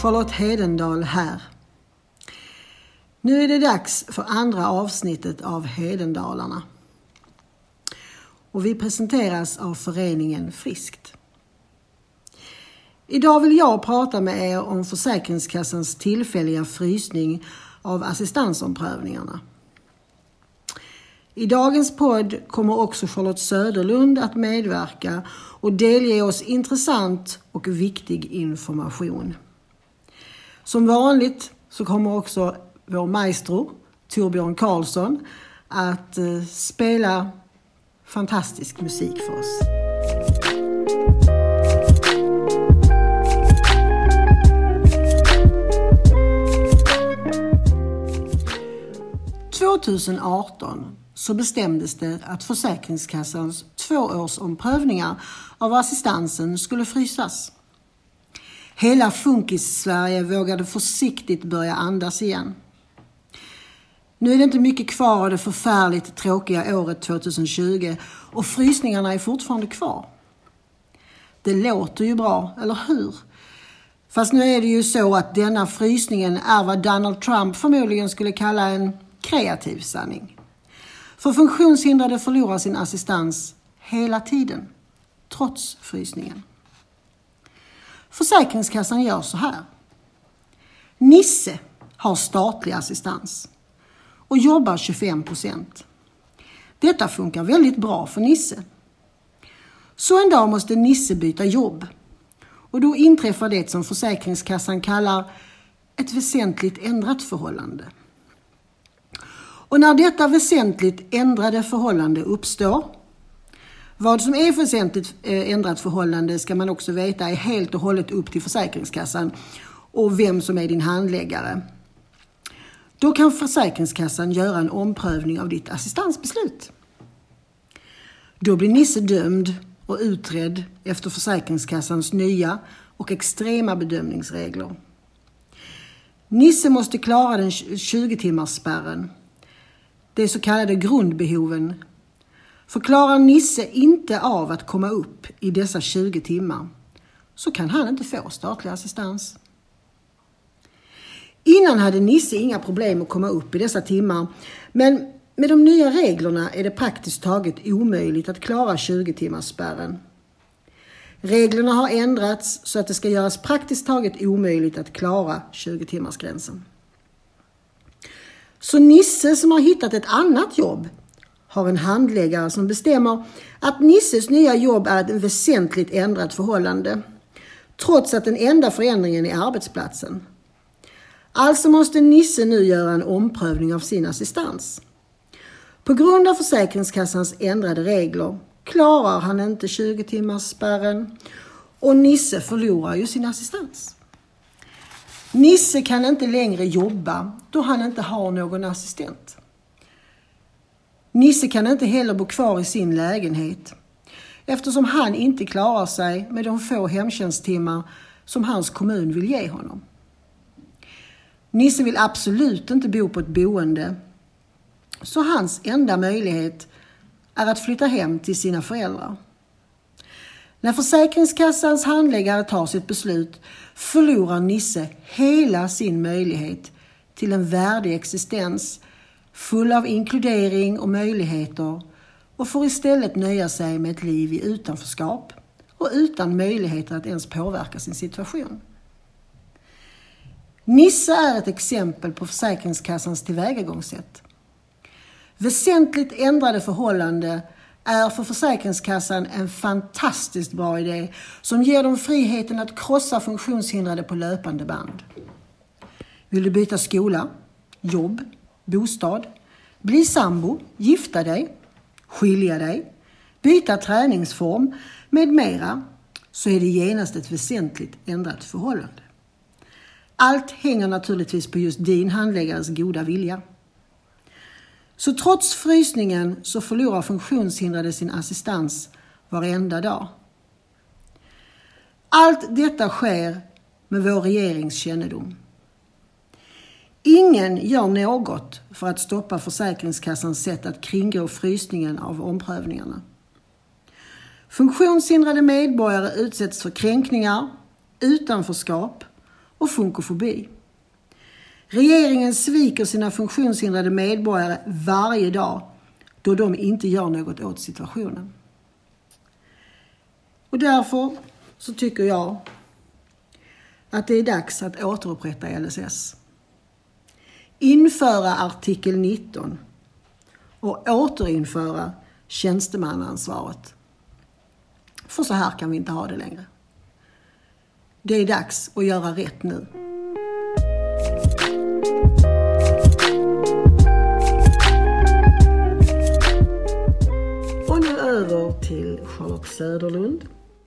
Charlotte Hedendahl här. Nu är det dags för andra avsnittet av Hedendalarna. Och vi presenteras av föreningen Friskt. Idag vill jag prata med er om Försäkringskassans tillfälliga frysning av assistansomprövningarna. I dagens podd kommer också Charlotte Söderlund att medverka och delge oss intressant och viktig information. Som vanligt så kommer också vår maestro Torbjörn Karlsson att spela fantastisk musik för oss. År 2018 så bestämdes det att Försäkringskassans 2-årsomprövningar av assistansen skulle frysas. Hela Funkis-Sverige vågade försiktigt börja andas igen. Nu är det inte mycket kvar av det förfärligt tråkiga året 2020 och frysningarna är fortfarande kvar. Det låter ju bra, eller hur? Fast nu är det ju så att denna frysningen är vad Donald Trump förmodligen skulle kalla en kreativ sanning. För funktionshindrade förlorar sin assistans hela tiden, trots frysningen. Försäkringskassan gör så här. Nisse har statlig assistans och jobbar 25%. Detta funkar väldigt bra för Nisse. Så en dag måste Nisse byta jobb. Och då inträffar det som Försäkringskassan kallar ett väsentligt ändrat förhållande. Och när detta väsentligt ändrade förhållande uppstår, vad som är väsentligt ändrat förhållande ska man också veta är helt och hållet upp till Försäkringskassan och vem som är din handläggare. Då kan Försäkringskassan göra en omprövning av ditt assistansbeslut. Då blir Nisse dömd och utredd efter Försäkringskassans nya och extrema bedömningsregler. Nisse måste klara den 20-timmarsspärren. Det så kallade grundbehoven. Förklarar Nisse inte av att komma upp i dessa 20 timmar så kan han inte få statlig assistans. Innan hade Nisse inga problem att komma upp i dessa timmar, men med de nya reglerna är det praktiskt taget omöjligt att klara 20-timmarsspärren. Reglerna har ändrats så att det ska göras praktiskt taget omöjligt att klara 20-timmarsgränsen. Så Nisse som har hittat ett annat jobb har en handläggare som bestämmer att Nisses nya jobb är ett väsentligt ändrat förhållande, trots att den enda förändringen är arbetsplatsen. Alltså måste Nisse nu göra en omprövning av sin assistans. På grund av Försäkringskassans ändrade regler klarar han inte 20-timmarsspärren och Nisse förlorar ju sin assistans. Nisse kan inte längre jobba då han inte har någon assistent. Nisse kan inte heller bo kvar i sin lägenhet eftersom han inte klarar sig med de få hemtjänsttimmar som hans kommun vill ge honom. Nisse vill absolut inte bo på ett boende, så hans enda möjlighet är att flytta hem till sina föräldrar. När Försäkringskassans handläggare tar sitt beslut förlorar Nisse hela sin möjlighet till en värdig existens full av inkludering och möjligheter och får istället nöja sig med ett liv i utanförskap och utan möjligheter att ens påverka sin situation. Nisse är ett exempel på Försäkringskassans tillvägagångssätt. Väsentligt ändrade förhållande är för Försäkringskassan en fantastiskt bra idé som ger dem friheten att krossa funktionshindrade på löpande band. Vill du byta skola, jobb, bostad, bli sambo, gifta dig, skilja dig, byta träningsform med mera, så är det genast ett väsentligt ändrat förhållande. Allt hänger naturligtvis på just din handläggares goda vilja. Så trots frysningen så förlorar funktionshindrade sin assistans varenda dag. Allt detta sker med vår regerings kännedom. Ingen gör något för att stoppa Försäkringskassans sätt att kringgå frysningen av omprövningarna. Funktionshindrade medborgare utsätts för kränkningar, utanförskap och funkofobi. Regeringen sviker sina funktionshindrade medborgare varje dag då de inte gör något åt situationen. Och därför så tycker jag att det är dags att återupprätta LSS. Införa artikel 19 och återinföra tjänstemannaansvaret. För så här kan vi inte ha det längre. Det är dags att göra rätt nu. Och nu över till Charlotte Söderlund.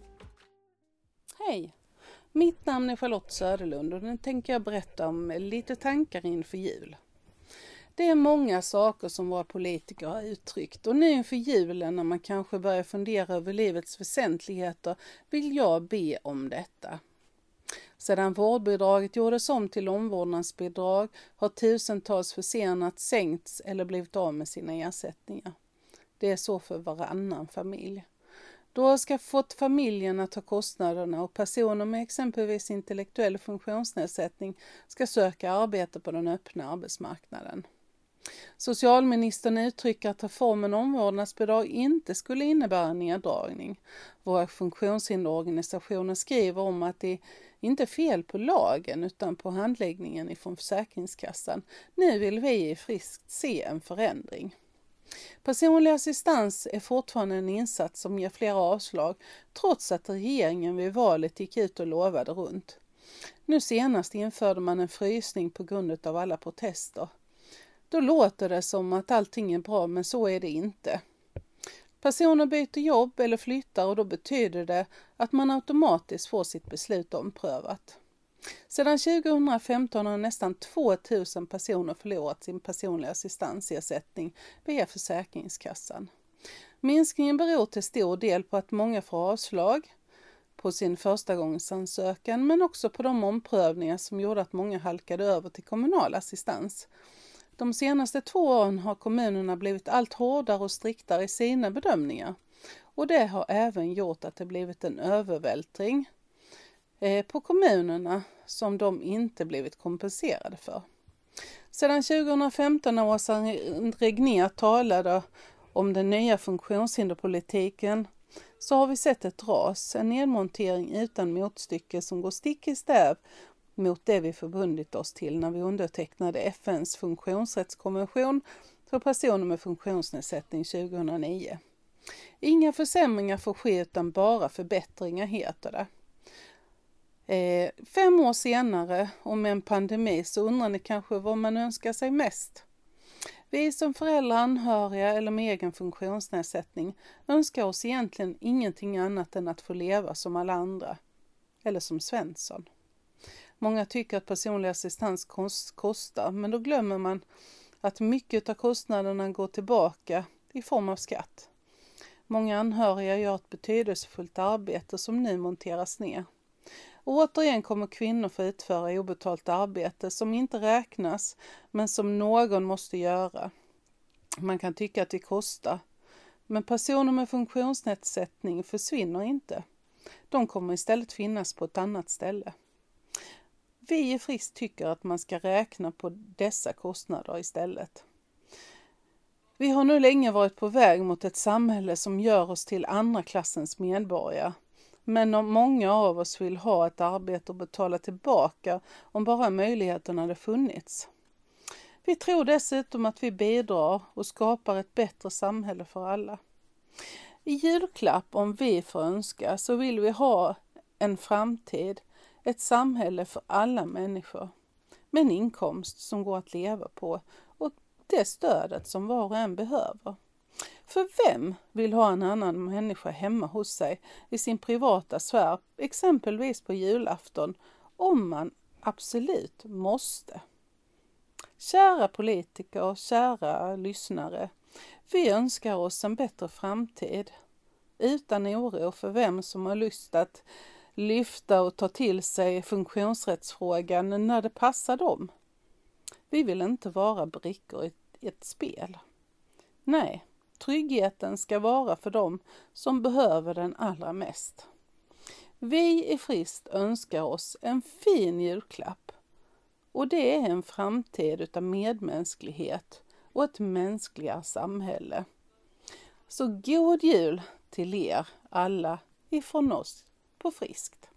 Hej, mitt namn är Charlotte Söderlund och nu tänker jag berätta om lite tankar inför jul. Det är många saker som våra politiker har uttryckt och nu inför julen när man kanske börjar fundera över livets väsentligheter vill jag be om detta. Sedan vårdbidraget gjordes om till omvårdnadsbidrag har tusentals försenat, sänkts eller blivit av med sina ersättningar. Det är så för varannan familj. Då ska fått familjerna ta kostnaderna och personer med exempelvis intellektuell funktionsnedsättning ska söka arbete på den öppna arbetsmarknaden. Socialministern uttrycker att reformen omvårdnadsbidrag inte skulle innebära en neddragning. Våra funktionshinderorganisationer skriver om att det inte är fel på lagen utan på handläggningen ifrån Försäkringskassan. Nu vill vi i Friskt se en förändring. Personlig assistans är fortfarande en insats som ger flera avslag trots att regeringen vid valet gick ut och lovade runt. Nu senast införde man en frysning på grund av alla protester. Då låter det som att allting är bra men så är det inte. Personer byter jobb eller flyttar och då betyder det att man automatiskt får sitt beslut omprövat. Sedan 2015 har nästan 2000 personer förlorat sin personliga assistansersättning via Försäkringskassan. Minskningen beror till stor del på att många får avslag på sin förstagångsansökan men också på de omprövningar som gjorde att många halkade över till kommunal assistans. De senaste 2 åren har kommunerna blivit allt hårdare och striktare i sina bedömningar och det har även gjort att det blivit en övervältring på kommunerna som de inte blivit kompenserade för. Sedan 2015 när Åsa Regnér talade om den nya funktionshinderpolitiken så har vi sett ett ras, en nedmontering utan motstycke som går stick i stäv mot det vi förbundit oss till när vi undertecknade FNs funktionsrättskonvention för personer med funktionsnedsättning 2009. Inga försämringar får ske utan bara förbättringar heter det. 5 år senare och med en pandemi så undrar ni kanske vad man önskar sig mest. Vi som föräldrar, anhöriga eller med egen funktionsnedsättning önskar oss egentligen ingenting annat än att få leva som alla andra. Eller som Svensson. Många tycker att personlig assistans kostar men då glömmer man att mycket av kostnaderna går tillbaka i form av skatt. Många anhöriga gör ett betydelsefullt arbete som nu monteras ner. Och återigen kommer kvinnor få utföra obetalt arbete som inte räknas men som någon måste göra. Man kan tycka att det kostar. Men personer med funktionsnedsättning försvinner inte. De kommer istället finnas på ett annat ställe. Vi i Friskt tycker att man ska räkna på dessa kostnader istället. Vi har nu länge varit på väg mot ett samhälle som gör oss till andra klassens medborgare. Men om många av oss vill ha ett arbete och betala tillbaka om bara möjligheten hade funnits. Vi tror dessutom att vi bidrar och skapar ett bättre samhälle för alla. I julklapp om vi får önska så vill vi ha en framtid, ett samhälle för alla människor. Med en inkomst som går att leva på och det stödet som var och en behöver. För vem vill ha en annan människa hemma hos sig i sin privata sfär, exempelvis på julafton, om man absolut måste? Kära politiker och kära lyssnare, vi önskar oss en bättre framtid utan oro för vem som har lust att lyfta och ta till sig funktionsrättsfrågan när det passar dem. Vi vill inte vara brickor i ett spel. Nej, tryggheten ska vara för dem som behöver den allra mest. Vi i Friskt önskar oss en fin julklapp. Och det är en framtid utav medmänsklighet och ett mänskligare samhälle. Så god jul till er alla ifrån oss på Friskt.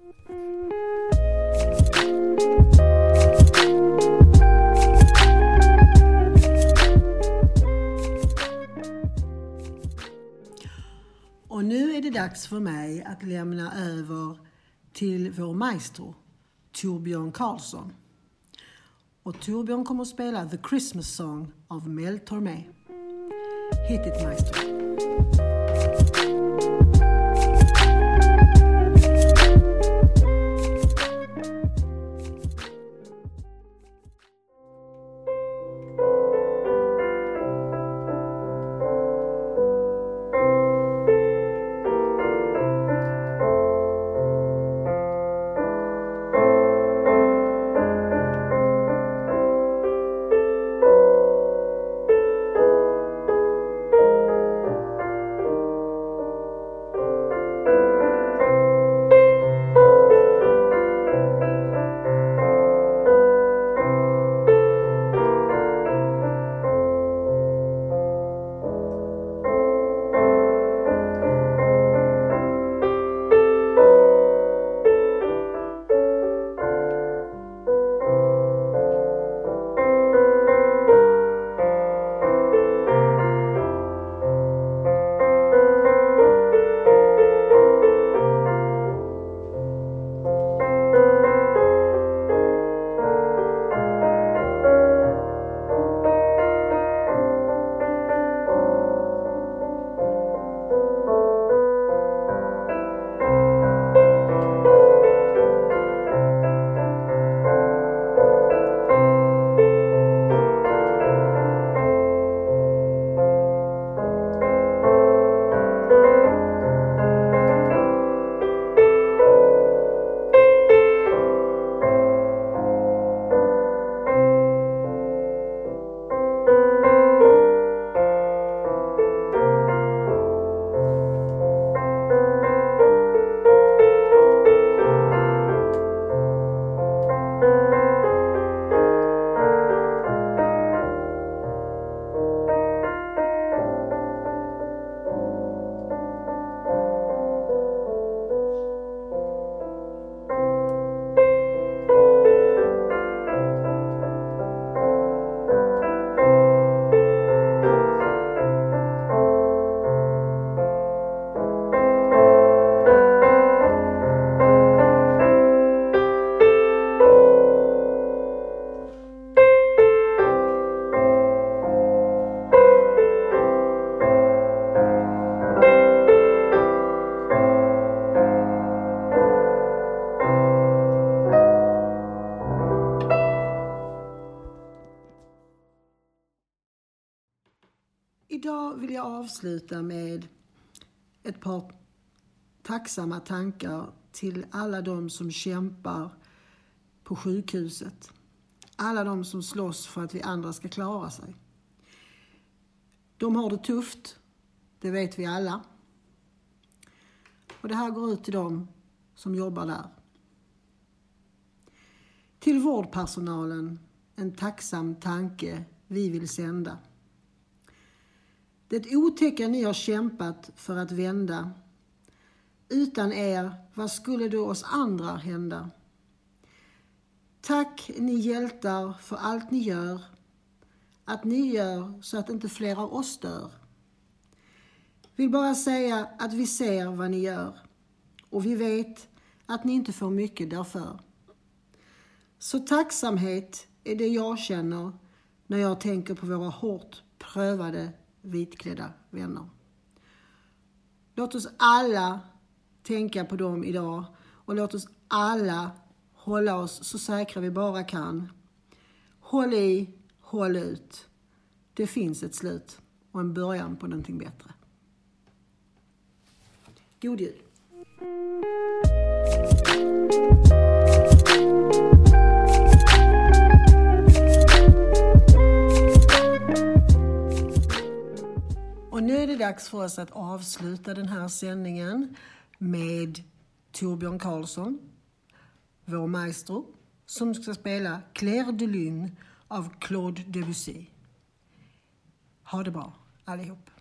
Och nu är det dags för mig att lämna över till vår maestro, Torbjörn Karlsson. Och Torbjörn kommer att spela The Christmas Song av Mel Tormé. Hit it, maestro. Idag vill jag avsluta med ett par tacksamma tankar till alla de som kämpar på sjukhuset. Alla de som slåss för att vi andra ska klara sig. De har det tufft, det vet vi alla. Och det här går ut till dem som jobbar där. Till vårdpersonalen en tacksam tanke vi vill sända. Det otäcka ni har kämpat för att vända. Utan er, vad skulle då oss andra hända? Tack ni hjältar för allt ni gör. Att ni gör så att inte fler av oss dör. Vill bara säga att vi ser vad ni gör. Och vi vet att ni inte får mycket därför. Så tacksamhet är det jag känner när jag tänker på våra hårt prövade vitklädda vänner. Låt oss alla tänka på dem idag och låt oss alla hålla oss så säkra vi bara kan. Håll i, håll ut. Det finns ett slut och en början på någonting bättre. God jul! Och nu är det dags för oss att avsluta den här sändningen med Torbjörn Karlsson, vår maestro, som ska spela Claire de Lune av Claude Debussy. Ha det bra allihop.